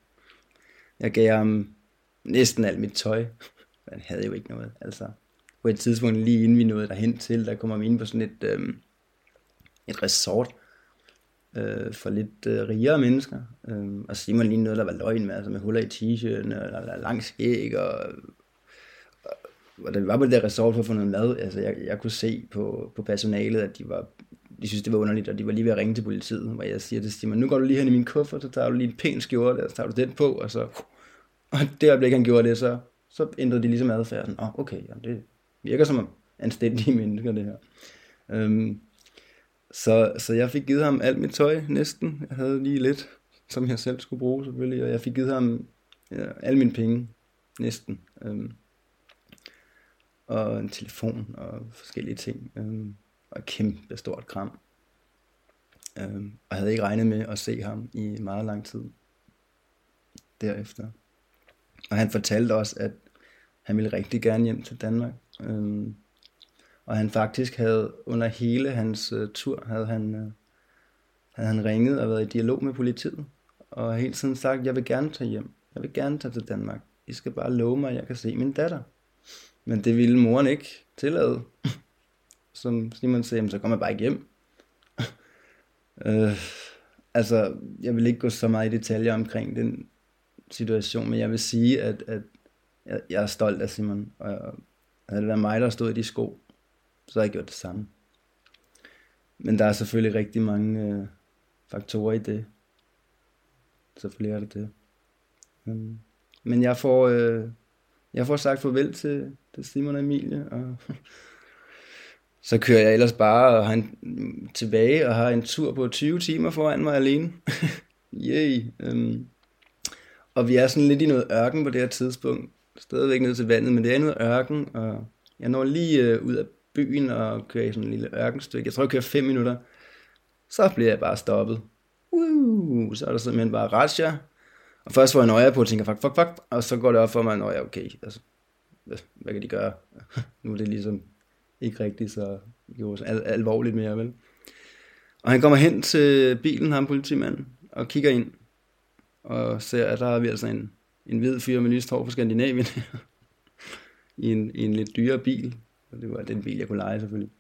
Jeg gav ham næsten alt mit tøj. Han havde jo ikke noget, altså. På et tidspunkt lige inden vi nåede derhen til, der kommer vi ind på sådan et, øhm, et resort, Øh, for lidt øh, rigere mennesker. Øh, og Simon lige noget, der var løgn med, altså med huller i t-shirten, og der lang skæg, og, og, og da vi var på det der resort for at få noget mad, altså jeg, jeg kunne se på, på personalet, at de var, de synes det var underligt, og de var lige ved at ringe til politiet, hvor jeg siger til Simon, nu går du lige hen i min kuffert, så tager du lige en pæn skjorte, og så tager du den på, og så, og det øjeblik han gjorde det, så, så ændrede de ligesom adfærden. Åh, oh, okay, ja, det virker som anstændige mennesker, det her. Øhm, Så, så jeg fik givet ham alt mit tøj, næsten. Jeg havde lige lidt, som jeg selv skulle bruge selvfølgelig. Og jeg fik givet ham ja, alle mine penge, næsten. Øhm, og en telefon og forskellige ting. Øhm, og et kæmpe stort kram. Øhm, og jeg havde ikke regnet med at se ham i meget lang tid derefter. Og han fortalte også, at han ville rigtig gerne hjem til Danmark. Øhm, Og han faktisk havde, under hele hans uh, tur, havde han, uh, havde han ringet og været i dialog med politiet. Og hele tiden sagt, jeg vil gerne tage hjem. Jeg vil gerne tage til Danmark. I skal bare love mig, at jeg kan se min datter. Men det ville moren ikke tillade. Som Simon sagde, så kommer jeg bare ikke hjem. uh, altså, jeg vil ikke gå så meget i detaljer omkring den situation, men jeg vil sige, at, at jeg, jeg er stolt af Simon. Og havde det været mig, der stod i de sko, så har jeg gjort det samme. Men der er selvfølgelig rigtig mange øh, faktorer i det. Selvfølgelig er det det. Um, men jeg får, øh, jeg får sagt farvel til, til Simon og Emilie, og så kører jeg ellers bare og har en, tilbage og har en tur på tyve timer foran mig alene. Yay. Um, og vi er sådan lidt i noget ørken på det her tidspunkt. Stadigvæk ned til vandet, men det er noget ørken, og jeg når lige øh, ud af byen og kører i sådan en lille ørkenstykke. Jeg tror, jeg kører fem minutter. Så bliver jeg bare stoppet. Uh, så er der simpelthen bare razzia. Og først får jeg en øje på og tænker, fuck, fuck, fuck. Og så går det op for mig, at ja, okay, altså, hvad kan de gøre? Nu er det ligesom ikke rigtigt så, jo, så al- alvorligt mere, vel? Og han kommer hen til bilen, ham politimanden, og kigger ind. Og ser, at der har vi altså en, en hvid fyr med lyst hår fra Skandinavien. I en, i en lidt dyrere bil. Og det var den bil, jeg kunne lege selvfølgelig.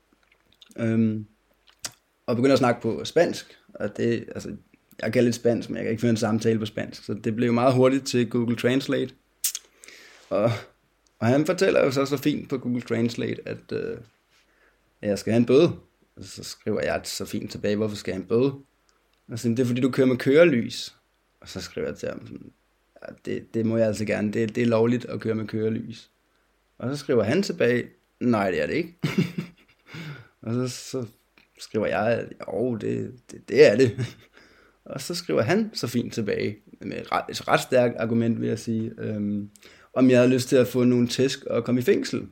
Øhm, og begynder at snakke på spansk. Og det, altså, jeg kan lidt spansk, men jeg kan ikke føre en samtale på spansk. Så det blev meget hurtigt til Google Translate. Og, og han fortæller jo så så fint på Google Translate, at øh, jeg skal have en bøde. Og så skriver jeg så fint tilbage, hvorfor skal jeg have en bøde? Og så det er fordi, du kører med kørelys. Og så skriver jeg til ham sådan, ja, det, det må jeg altså gerne, det, det er lovligt at køre med kørelys. Og så skriver han tilbage, nej det er det ikke. Og så, så skriver jeg, jo det, det, det er det. Og så skriver han så fint tilbage, med et ret, et ret stærkt argument vil jeg sige, øhm, om jeg havde lyst til at få nogle tæsk og komme i fængsel.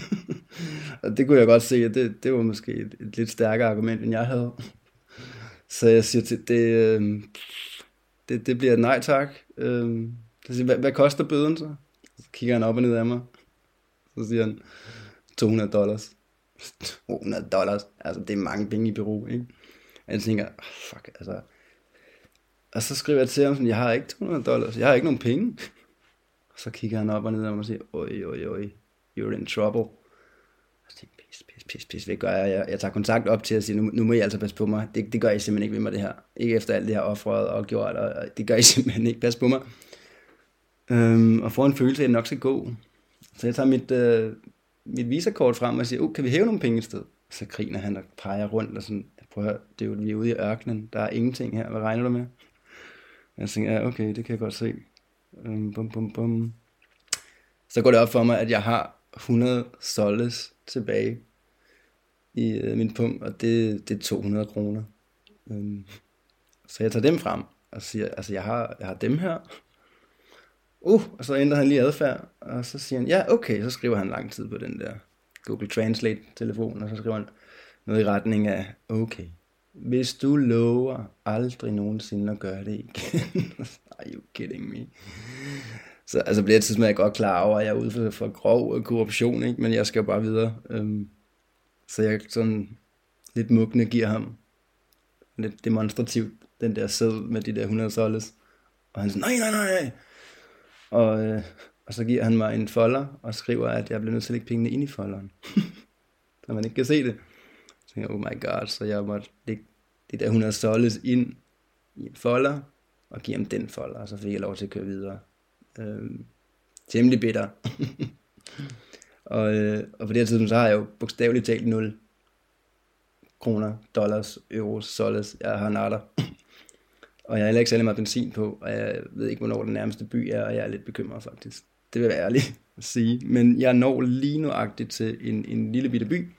Og det kunne jeg godt se, at det, det var måske et, et lidt stærkere argument, end jeg havde. Så jeg siger til det, øh, det, det bliver et nej tak. Øh, så siger, hvad, hvad koster bøden så? Så kigger han op og ned af mig. Så siger han, to hundrede dollars. to hundrede dollars, altså det er mange penge i Peru, ikke? Og jeg tænker, oh, fuck, altså. Og så skriver jeg til ham sådan, jeg har ikke to hundrede dollars, jeg har ikke nogen penge. Og så kigger han op og ned af mig og siger, oj, oj, oj, you're in trouble. Og så tænker jeg, pis, pis, pis, pis, hvad gør jeg? Jeg, jeg tager kontakt op til at sige, nu, nu må I altså passe på mig. Det, det gør I simpelthen ikke ved mig, det her. Ikke efter alt det her offret og gjort, og, og det gør I simpelthen ikke. Pas på mig. Øhm, og får en følelse af, at det nok skal gå. Så jeg tager mit, øh, mit visakort frem og siger, oh, kan vi hæve nogle penge et sted? Så griner han og peger rundt og sådan, prøv at høre, det er jo, vi er ude i ørkenen, der er ingenting her, hvad regner du med? Jeg tænker, ja, okay, det kan jeg godt se. Um, bum, bum, bum. Så går det op for mig, at jeg har hundrede soles tilbage i øh, min punkt, og det, det er to hundrede kroner. Um, så jeg tager dem frem og siger, altså jeg har, jeg har dem her. Uh, og så ændrer han lige adfærd, og så siger han, ja, okay, så skriver han lang tid på den der Google Translate-telefon, og så skriver han noget i retning af, okay, hvis du lover aldrig nogensinde at gøre det igen. Are you kidding me? Så altså bliver jeg til, at jeg er godt klar over, at jeg er ude for, for grov korruption, ikke? Men jeg skal jo bare videre. Um, så jeg sådan lidt mugne giver ham lidt demonstrativt den der seddel med de der hundrede soles. Og han siger, nej, nej, nej. Og, øh, og så giver han mig en folder og skriver, at jeg bliver nødt til at lægge pengene ind i folderen. Så man ikke kan se det. Så tænker jeg, oh my god, så jeg måtte lægge de der hundrede soles ind i en folder, og give ham den folder, og så fik jeg lov til at køre videre. Øhm, temmelig bitter. og, øh, og på det her tidspunkt, så har jeg jo bogstaveligt talt nul kroner, dollars, euros, soles. Jeg har natter. Og jeg har heller ikke særlig meget benzin på, og jeg ved ikke, hvornår den nærmeste by er, og jeg er lidt bekymret faktisk. Det vil være ærligt at sige. Men jeg når lige nuagtigt til en, en lille bitte by,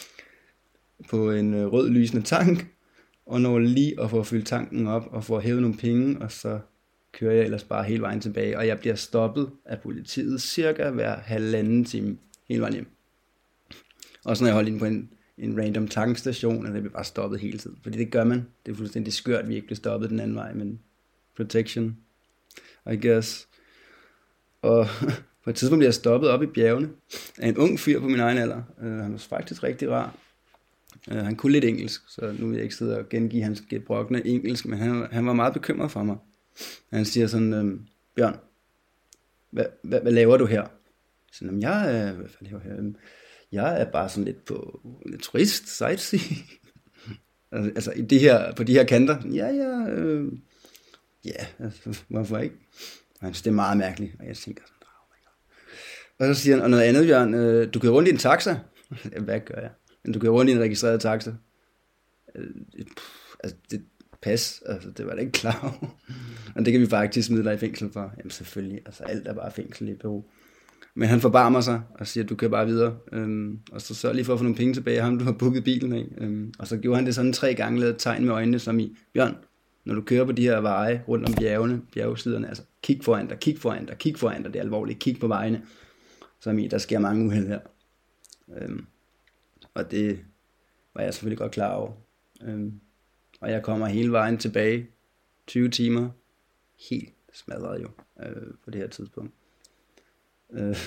på en øh, rød lysende tank, og når lige at få fyldt tanken op, og få hævet nogle penge, og så kører jeg ellers bare hele vejen tilbage, og jeg bliver stoppet af politiet cirka hver halvanden time hele vejen hjem. Også når jeg holder ind på en, en random tankstation, og det bliver bare stoppet hele tiden, fordi det gør man. Det er fuldstændig skørt, at vi ikke bliver stoppet den anden vej, men protection, I guess. Og på et tidspunkt bliver jeg stoppet op i bjergene af en ung fyr på min egen alder. Uh, han var faktisk rigtig rar. Uh, han kunne lidt engelsk, så nu vil jeg ikke sidde og gengive hans gebrokkende engelsk, men han, han var meget bekymret for mig. Han siger sådan, øh, Bjørn, hvad, hvad, hvad laver du her? Så jeg, jeg, hvad laver jeg her? Jeg er bare sådan lidt på lidt turist, sightseeing. altså, altså i de her, på de her kanter. Ja, ja, øh, ja, altså, hvorfor ikke? Og han synes, det er meget mærkeligt, og jeg tænker sådan, oh my god. Og så siger han, og noget andet, Bjørn, øh, du kører rundt i en taxa. Hvad gør jeg? Men du kører rundt i en registreret taxa. Øh, altså, det pas, altså det var da ikke klar over. Og det kan vi faktisk smide dig i fængsel for. Jamen selvfølgelig, altså alt er bare fængsel i Peru. Men han forbarmer sig og siger, du kører bare videre. Øhm, og så sørg lige for at få nogle penge tilbage af ham, du har booket bilen af. Øhm, og så gjorde han det sådan tre gange, lavede tegn med øjnene, som i, Bjørn, når du kører på de her veje rundt om bjergene, bjergsiderne, altså kig foran dig, kig foran dig, kig foran dig, det er alvorligt, kig på vejene. Som i, der sker mange uheld her. Øhm, og det var jeg selvfølgelig godt klar over. Øhm, Og jeg kommer hele vejen tilbage, tyve timer, helt smadret jo, øh, på det her tidspunkt. Øh,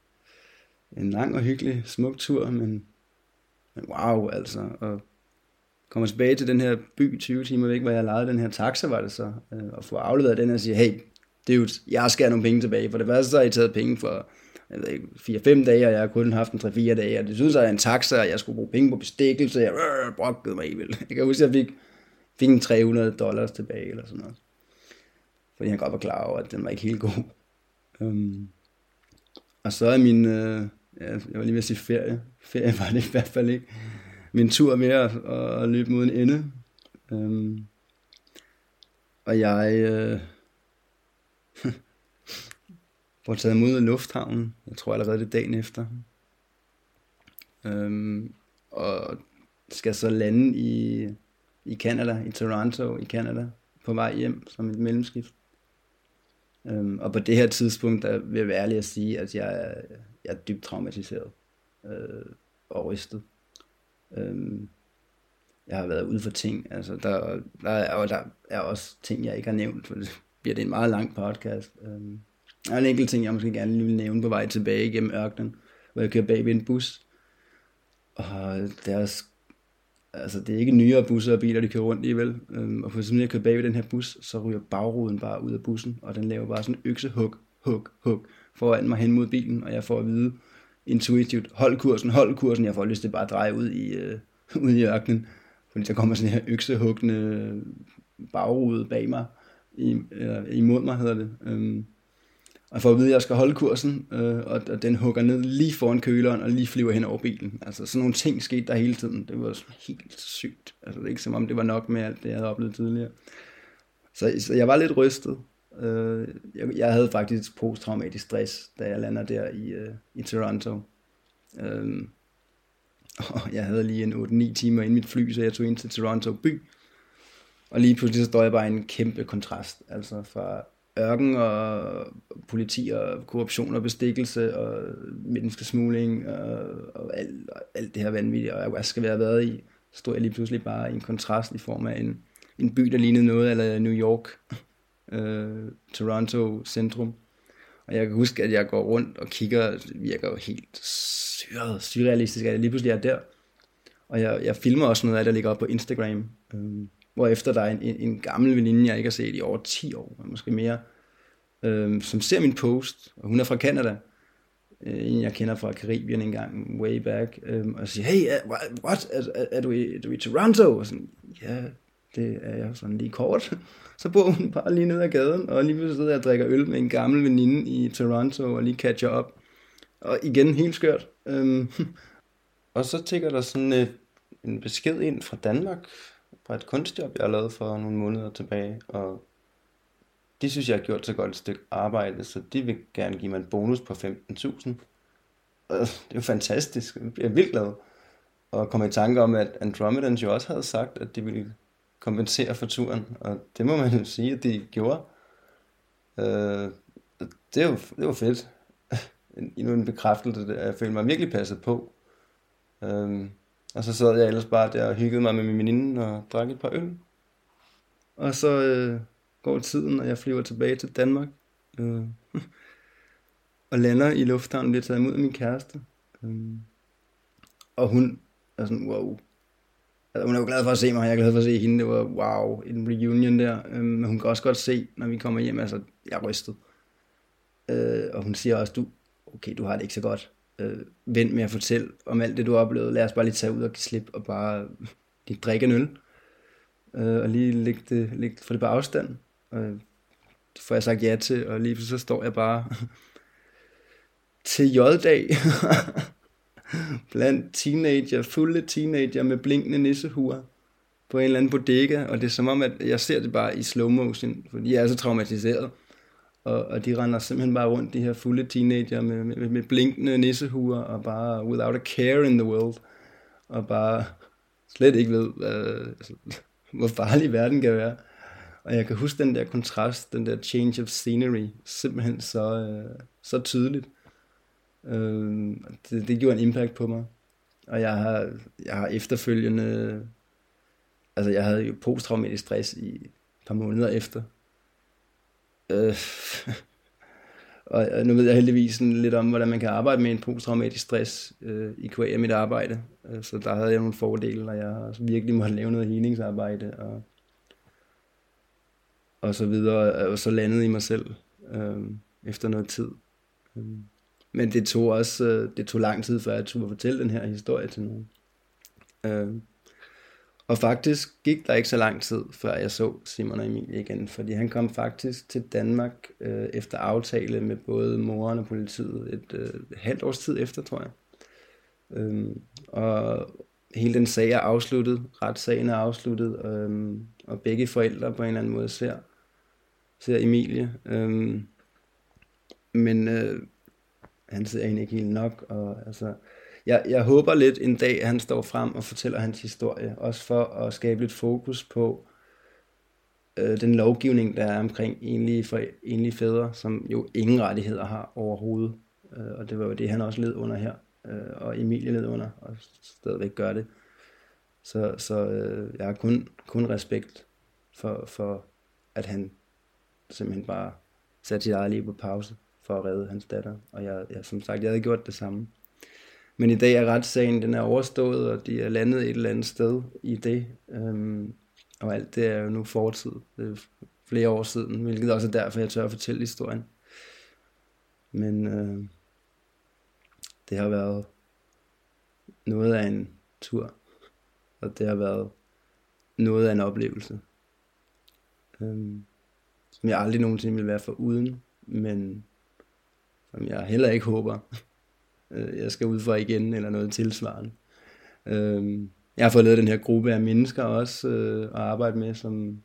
en lang og hyggelig, smuk tur, men, men wow, altså. Og kommer tilbage til den her by tyve timer væk, hvor jeg lejede den her taxa, var det så, øh, og får afleveret den og siger, hey, dude, jeg skal have nogle penge tilbage. For det første så har jeg taget penge for fire fem dage, og jeg har kun haft en tre fire dage, og det synes jeg er en taxa, og jeg skulle bruge penge på bestikkelse, og jeg øh, brokkede mig i vel. Jeg kan huske, at jeg fik fik en tre hundrede dollars tilbage, eller sådan noget. Fordi han godt var klar over, at den var ikke helt god. Um, og så er min, uh, jeg var lige ved at sige ferie. Ferie var det i hvert fald ikke. min tur med at, at løbe mod en ende. Øhm, og jeg øh, får taget imod af lufthavnen. Jeg tror allerede det dagen efter. Øhm, og skal så lande i, i Canada, i Toronto i Canada, på vej hjem som et mellemskift. Øhm, og på det her tidspunkt, der vil jeg være ærlig at sige, at jeg, jeg er dybt traumatiseret øh, og rystet. Øhm, jeg har været ude for ting, altså der, der, er, der er også ting, jeg ikke har nævnt, for det bliver det en meget lang podcast. Øhm, der er en enkelt ting, jeg måske gerne vil nævne på vej tilbage gennem ørkenen, hvor jeg kører bag ved en bus. Og deres, altså det er ikke nyere busser og biler, de kører rundt i, vel? Øhm, og for eksempel, jeg kører bag ved den her bus, så ryger bagruden bare ud af bussen, og den laver bare sådan en øksehug, hug, hug, foran mig hen mod bilen, og jeg får at vide intuitivt, hold kursen, hold kursen, jeg får lyst til bare at dreje ud i, øh, ud i ørkenen, fordi der kommer sådan her øksehuggende bagrude bag mig, i, eller imod mig hedder det, øhm, og jeg får at vide, at jeg skal holde kursen, øh, og, og den hugger ned lige foran køleren, og lige flyver hen over bilen. Altså sådan nogle ting skete der hele tiden. Det var helt sygt. Altså det er ikke som om det var nok med alt det, jeg havde oplevet tidligere. Så, så jeg var lidt rystet. Øh, jeg, jeg havde faktisk posttraumatisk stress, da jeg lander der i, øh, i Toronto. Øh, og jeg havde lige en otte ni timer inden mit fly, så jeg tog ind til Toronto by. Og lige pludselig så står jeg bare i en kæmpe kontrast. Altså fra ørken og politi og korruption og bestikkelse og menneskesmugling og, og alt, alt det her vanvittige, og jeg skal være været i, så stod jeg lige pludselig bare i en kontrast i form af en, en by, der lignede noget, eller New York, øh, Toronto centrum. Og jeg kan huske, at jeg går rundt og kigger, det virker jo helt syret, surrealistisk, at jeg lige pludselig er der. Og jeg, jeg filmer også noget af det, der ligger op på Instagram, øh, hvorefter der er en, en, en gammel veninde, jeg ikke har set i over ti år, måske mere, øhm, som ser min post, og hun er fra Canada, øh, en jeg kender fra Karibien engang, way back, øhm, og siger, hey, uh, what, er, er, er, du i, er du i Toronto? Og sådan, ja, det er jeg sådan lige kort. Så bor hun bare lige nede ad gaden, og lige pludselig sidder jeg og drikker øl med en gammel veninde i Toronto, og lige catcher op. Og igen, helt skørt. Øhm, og så tækker der sådan et, en besked ind fra Danmark, fra et kunstjob, jeg har lavet for nogle måneder tilbage, og de synes, jeg har gjort så godt et stykke arbejde, så de vil gerne give mig en bonus på femten tusind. Og det er jo fantastisk, jeg er vildt glad. Og kom i tanke om, at Andromedans jo også havde sagt, at de ville kompensere for turen, og det må man jo sige, at de gjorde. Øh, det, er jo, det var fedt. Endnu en bekræftelse, at jeg følte mig virkelig passet på. Øh, Og så sad jeg ellers bare der og hyggede mig med min veninde og drak et par øl. Og så øh, går tiden, og jeg flyver tilbage til Danmark. Øh, og lander i lufthavnen, bliver taget imod af min kæreste. Øh, og hun er sådan, wow. Altså, hun er jo glad for at se mig, jeg er glad for at se hende. Det var wow, en reunion der. Øh, men hun kan også godt se, når vi kommer hjem, altså jeg er rystet. Øh, og hun siger også, du, okay, du har det ikke så godt. Øh, vent med at fortælle om alt det du har oplevet. Lad os bare lige tage ud og give slip og bare lige drikke en øl øh, og lige lægge det, lægge, få det på afstand. Og det får jeg sagt ja til, og lige så står jeg bare til J-dag blandt teenager, fulde teenager med blinkende nissehuer på en eller anden bodega, og det er som om at jeg ser det bare i slow motion, fordi jeg er så traumatiseret. Og, og de render simpelthen bare rundt, de her fulde teenager med, med, med blinkende nissehuer, og bare without a care in the world, og bare slet ikke ved, øh, altså, hvor farlig verden kan være. Og jeg kan huske den der kontrast, den der change of scenery, simpelthen så, øh, så tydeligt. Øh, det, det gjorde en impact på mig. Og jeg har, jeg har efterfølgende, altså jeg havde jo posttraumatisk stress i et par måneder efter. Øh, og nu ved jeg heldigvis sådan lidt om, hvordan man kan arbejde med en posttraumatisk stress øh, i Q A mit arbejde. Øh, så der havde jeg nogle fordele, og jeg har virkelig måtte lave noget healingsarbejde og, og så videre, og så landede i mig selv øh, efter noget tid. Øh, men det tog også øh, det tog lang tid, før jeg turde fortælle den her historie til nogen. Øh, Og faktisk gik der ikke så lang tid, før jeg så Simon og Emil igen, fordi han kom faktisk til Danmark øh, efter aftale med både moren og politiet et øh, halvt års tid efter, tror jeg. Øhm, og hele den sag er afsluttet, retssagen er afsluttet, øhm, og begge forældre på en eller anden måde ser, ser Emilie. Øhm, men øh, han ser hende ikke helt nok, og altså, jeg, jeg håber lidt en dag, at han står frem og fortæller hans historie, også for at skabe lidt fokus på øh, den lovgivning, der er omkring enlige, for, enlige fædre, som jo ingen rettigheder har overhovedet, øh, og det var jo det, han også led under her, øh, og Emilie led under, og stadigvæk gør det. Så, så øh, jeg har kun, kun respekt for, for, at han simpelthen bare satte sit eget liv på pause for at redde hans datter. Og jeg, jeg, som sagt, jeg havde gjort det samme. Men i dag er retssagen, den er overstået, og de er landet et eller andet sted i det. Øhm, og alt det er jo nu fortid. Det er flere år siden, hvilket også er derfor, jeg tør at fortælle historien. Men øh, det har været noget af en tur. Og det har været noget af en oplevelse, øhm, som jeg aldrig nogensinde vil være foruden, men som jeg heller ikke håber, jeg skal ud for igen, eller noget tilsvarende. Øhm, jeg har fået lavet den her gruppe af mennesker også, øh, at arbejde med, som,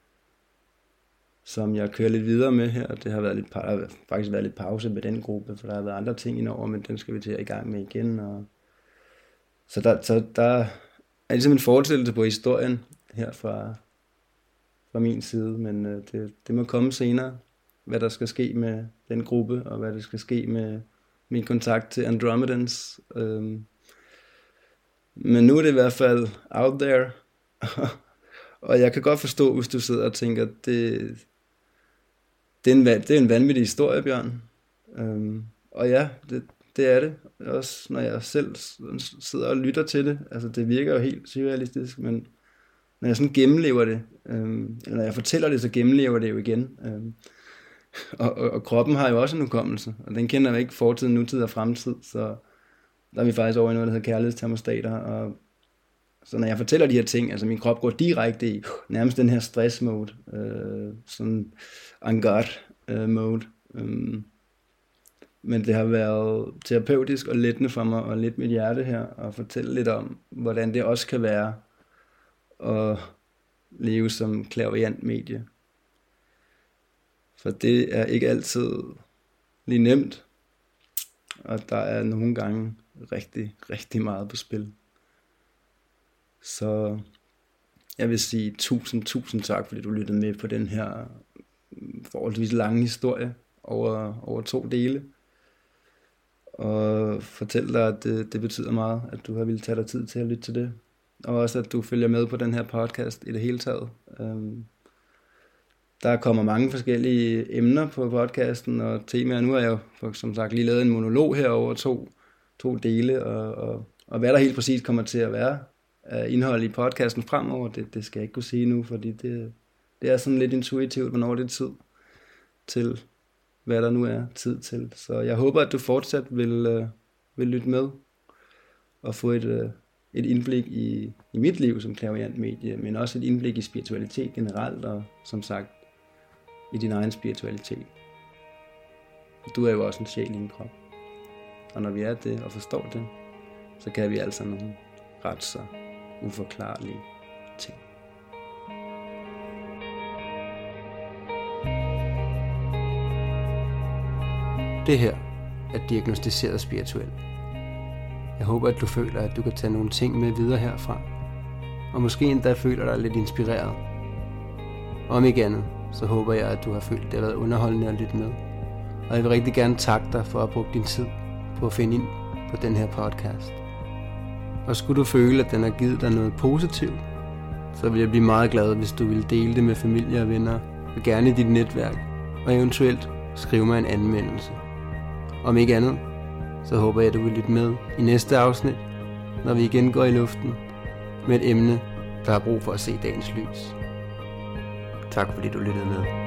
som jeg kører lidt videre med her. Det har været lidt, der har faktisk været lidt pause med den gruppe, for der har været andre ting indover, men den skal vi til at i gang med igen. Og så der, så der er ligesom en fortællelse på historien her fra, fra min side, men øh, det, det må komme senere, hvad der skal ske med den gruppe, og hvad der skal ske med min kontakt til Andromedans. Øhm, men nu er det i hvert fald out there, og jeg kan godt forstå, hvis du sidder og tænker, det, det, er, en, det er en vanvittig historie, Bjørn. Øhm, og ja, det, det er det. Også når jeg selv sidder og lytter til det. Altså det virker jo helt surrealistisk, men når jeg sådan gennemlever det, øhm, eller når jeg fortæller det, så gennemlever det jo igen. Øhm, og, og, og kroppen har jo også en hukommelse, og den kender jo ikke fortid, nutid og fremtid, så der er vi faktisk over i noget, der hedder kærlighedstermostater. Og så når jeg fortæller de her ting, altså min krop går direkte i nærmest den her stress mode, øh, sådan en guard øh, mode. Øh, Men det har været terapeutisk og lettende for mig, og lidt mit hjerte her, at fortælle lidt om, hvordan det også kan være at leve som clairvoyant medie. For det er ikke altid lige nemt, og der er nogle gange rigtig, rigtig meget på spil. Så jeg vil sige tusind, tusind tak, fordi du lyttede med på den her forholdsvis lange historie over, over to dele. Og fortæl dig, at det, det betyder meget, at du har ville tage dig tid til at lytte til det. Og også, at du følger med på den her podcast i det hele taget. Um, der kommer mange forskellige emner på podcasten og temaer. Nu har jeg jo, som sagt, lige lavet en monolog her over to, to dele. Og, og, og hvad der helt præcis kommer til at være af indhold i podcasten fremover, det, det skal jeg ikke kunne sige nu, fordi det, det er sådan lidt intuitivt, hvornår det er tid til, hvad der nu er tid til. Så jeg håber, at du fortsat vil, øh, vil lytte med og få et, øh, et indblik i, i mit liv som clairvoyant medie, men også et indblik i spiritualitet generelt, og som sagt, i din egen spiritualitet. Du er jo også en sjæl i en krop. Og når vi er det og forstår det, så kan vi altså nogle ret så uforklarlige ting. Det her er diagnosticeret spirituelt. Jeg håber, at du føler, at du kan tage nogle ting med videre herfra, og måske endda føler dig lidt inspireret. Om ikke andet, så håber jeg, at du har følt, at det har været underholdende at lytte med. Og jeg vil rigtig gerne takke dig for at bruge din tid på at finde ind på den her podcast. Og skulle du føle, at den har givet dig noget positivt, så vil jeg blive meget glad, hvis du vil dele det med familie og venner, og gerne i dit netværk, og eventuelt skrive mig en anmeldelse. Om ikke andet, så håber jeg, at du vil lytte med i næste afsnit, når vi igen går i luften med et emne, der har brug for at se dagens lys. Tak fordi du lyttede med.